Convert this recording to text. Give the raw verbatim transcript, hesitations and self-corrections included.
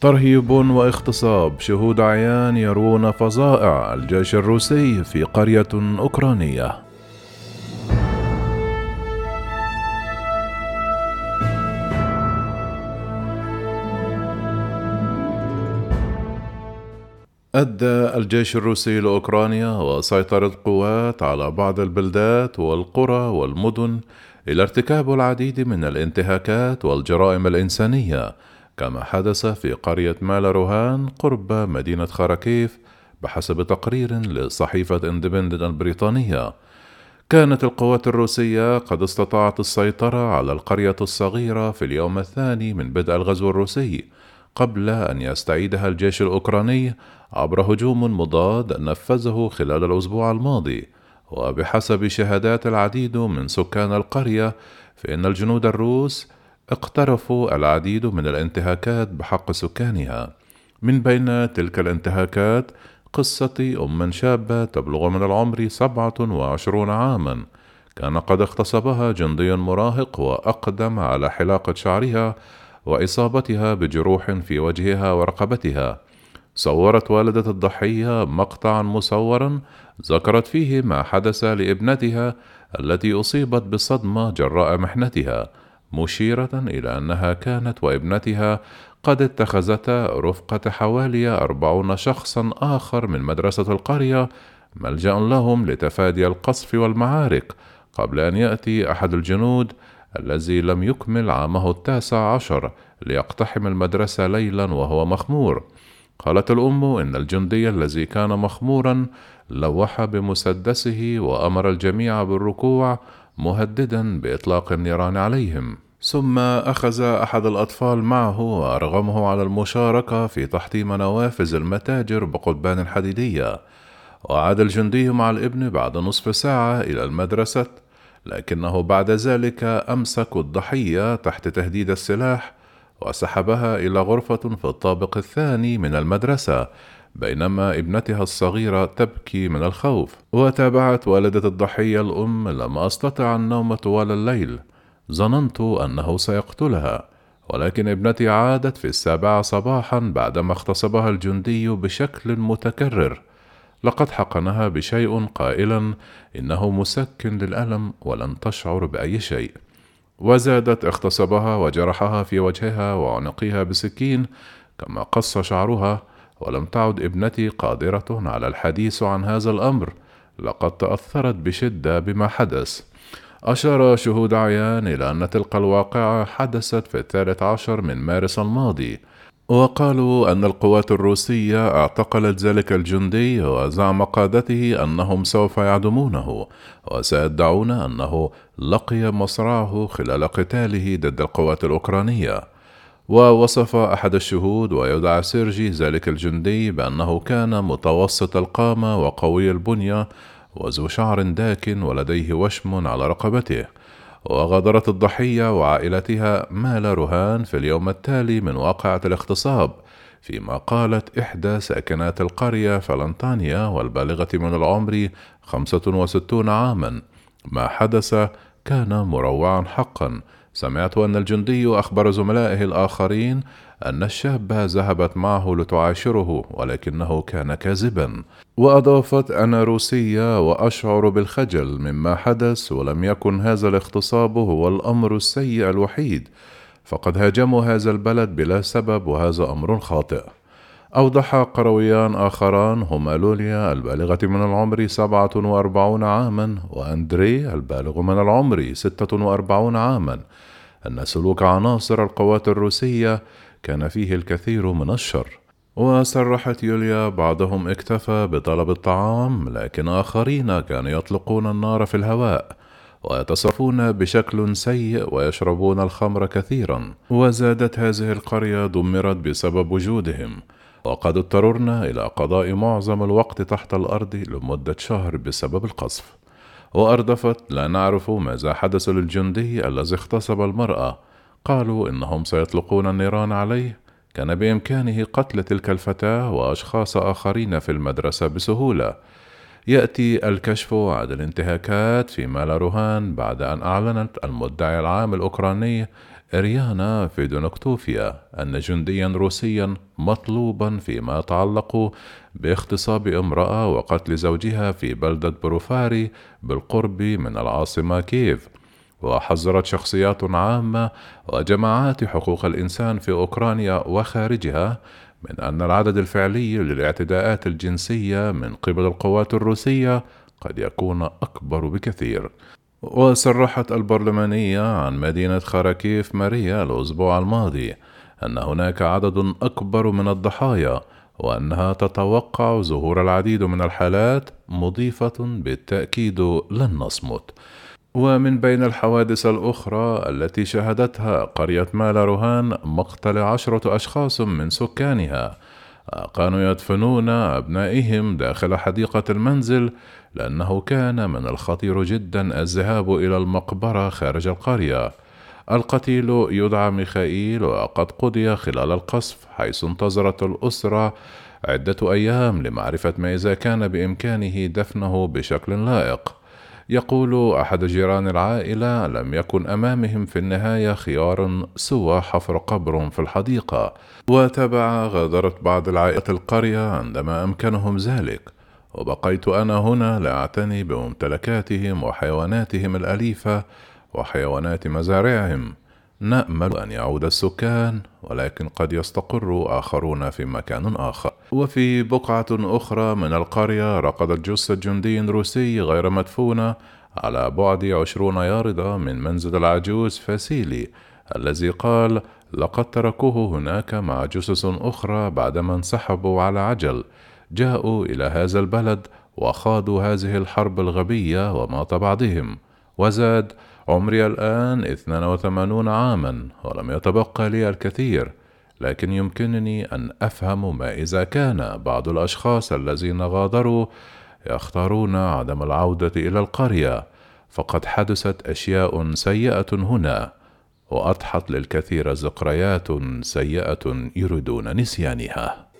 ترهيب واغتصاب، شهود عيان يرون فظائع الجيش الروسي في قرية أوكرانية. أدى الجيش الروسي لأوكرانيا وسيطرة قوات على بعض البلدات والقرى والمدن إلى ارتكاب العديد من الانتهاكات والجرائم الإنسانية، كما حدث في قرية مالاروهان قرب مدينة خاركيف بحسب تقرير لصحيفة اندبندنت البريطانية. كانت القوات الروسية قد استطاعت السيطرة على القرية الصغيرة في اليوم الثاني من بدء الغزو الروسي، قبل أن يستعيدها الجيش الأوكراني عبر هجوم مضاد نفذه خلال الأسبوع الماضي. وبحسب شهادات العديد من سكان القرية، فإن الجنود الروس اقترفوا العديد من الانتهاكات بحق سكانها. من بين تلك الانتهاكات قصة أم شابة تبلغ من العمر سبعة وعشرون عاما، كان قد اغتصبها جندي مراهق وأقدم على حلاقة شعرها وإصابتها بجروح في وجهها ورقبتها. صورت والدة الضحية مقطعا مصورا ذكرت فيه ما حدث لابنتها التي أصيبت بصدمة جراء محنتها، مشيرة إلى أنها كانت وابنتها قد اتخذتا رفقة حوالي أربعون شخصا آخر من مدرسة القرية ملجأ لهم لتفادي القصف والمعارك، قبل أن يأتي أحد الجنود الذي لم يكمل عامه التاسع عشر ليقتحم المدرسة ليلا وهو مخمور. قالت الأم إن الجندي الذي كان مخمورا لوح بمسدسه وأمر الجميع بالركوع، مهددا بإطلاق النيران عليهم، ثم أخذ أحد الأطفال معه وأرغمه على المشاركة في تحطيم نوافذ المتاجر بقضبان الحديدية. وعاد الجندي مع الابن بعد نصف ساعة إلى المدرسة، لكنه بعد ذلك أمسكوا الضحية تحت تهديد السلاح وسحبها إلى غرفة في الطابق الثاني من المدرسة، بينما ابنتها الصغيرة تبكي من الخوف. وتابعت والدة الضحية الأم: لم أستطع النوم طوال الليل، ظننت أنه سيقتلها، ولكن ابنتي عادت في السابعة صباحا بعدما اغتصبها الجندي بشكل متكرر. لقد حقنها بشيء قائلا إنه مسكن للألم ولن تشعر بأي شيء. وزادت: اغتصبها وجرحها في وجهها وعنقها بسكين، كما قص شعرها، ولم تعد ابنتي قادرة على الحديث عن هذا الأمر، لقد تأثرت بشدة بما حدث. أشار شهود عيان إلى أن تلك الواقعة حدثت في الثالث عشر من مارس الماضي، وقالوا أن القوات الروسية اعتقلت ذلك الجندي، وزعم قادته أنهم سوف يعدمونه وسيدعون أنه لقي مصرعه خلال قتاله ضد القوات الأوكرانية. ووصف أحد الشهود ويدعى سيرجي ذلك الجندي بأنه كان متوسط القامة وقوي البنية وذو شعر داكن ولديه وشم على رقبته. وغادرت الضحية وعائلتها مالاروهان في اليوم التالي من واقعة الاغتصاب، فيما قالت إحدى ساكنات القرية فلنطانيا والبالغة من العمر خمسة وستون عاما: ما حدث كان مروعا حقا. سمعت أن الجندي أخبر زملائه الآخرين أن الشابة ذهبت معه لتعاشره، ولكنه كان كاذبا. وأضافت: أنا روسية وأشعر بالخجل مما حدث، ولم يكن هذا الاغتصاب هو الأمر السيء الوحيد، فقد هاجموا هذا البلد بلا سبب وهذا أمر خاطئ. أوضح قرويان آخران هما لوليا البالغة من العمر سبعة وأربعين عاما وأندري البالغ من العمر ستة وأربعين عاما أن سلوك عناصر القوات الروسية كان فيه الكثير من الشر. وصرحت يوليا: بعضهم اكتفى بطلب الطعام، لكن آخرين كانوا يطلقون النار في الهواء ويتصرفون بشكل سيء ويشربون الخمر كثيرا. وزادت: هذه القرية دمرت بسبب وجودهم، وقد اضطررنا إلى قضاء معظم الوقت تحت الأرض لمدة شهر بسبب القصف. وأردفت: لا نعرف ماذا حدث للجندي الذي اغتصب المرأة، قالوا إنهم سيطلقون النيران عليه، كان بإمكانه قتل تلك الفتاة وأشخاص آخرين في المدرسة بسهولة. يأتي الكشف عن الانتهاكات في مالاروهان بعد أن أعلنت المدعي العام الأوكراني إريانا فيدونكتوفيا أن جنديا روسيا مطلوبا فيما يتعلق باغتصاب امرأة وقتل زوجها في بلدة بروفاري بالقرب من العاصمة كييف. وحذرت شخصيات عامة وجماعات حقوق الإنسان في أوكرانيا وخارجها من أن العدد الفعلي للاعتداءات الجنسية من قبل القوات الروسية قد يكون أكبر بكثير. وصرحت البرلمانية عن مدينة خاركيف ماريا الأسبوع الماضي أن هناك عدد أكبر من الضحايا، وأنها تتوقع ظهور العديد من الحالات، مضيفة بالتأكيد لن نصمت. ومن بين الحوادث الأخرى التي شهدتها قرية مالاروهان مقتل عشرة أشخاص من سكانها كانوا يدفنون أبنائهم داخل حديقة المنزل، لأنه كان من الخطير جدا الذهاب إلى المقبرة خارج القرية. القتيل يدعى ميخائيل، وقد قضي خلال القصف، حيث انتظرت الأسرة عدة أيام لمعرفة ما إذا كان بإمكانه دفنه بشكل لائق. يقول أحد جيران العائلة: لم يكن أمامهم في النهاية خيار سوى حفر قبر في الحديقة. وتبع: غادرت بعض العائلات القرية عندما أمكنهم ذلك، وبقيت أنا هنا لأعتني بممتلكاتهم وحيواناتهم الأليفة وحيوانات مزارعهم. نأمل أن يعود السكان، ولكن قد يستقر آخرون في مكان آخر. وفي بقعة أخرى من القرية رقدت جثة جندي روسي غير مدفونة على بعد عشرون ياردة من منزل العجوز فاسيلي، الذي قال لقد تركوه هناك مع جثث أخرى بعدما انسحبوا على عجل. جاءوا إلى هذا البلد وخاضوا هذه الحرب الغبية ومات بعضهم. وزاد: عمري الآن اثنين وثمانون عاما ولم يتبقى لي الكثير، لكن يمكنني أن أفهم ما إذا كان بعض الأشخاص الذين غادروا يختارون عدم العودة إلى القرية، فقد حدثت أشياء سيئة هنا، وأضحت للكثير ذكريات سيئة يريدون نسيانها.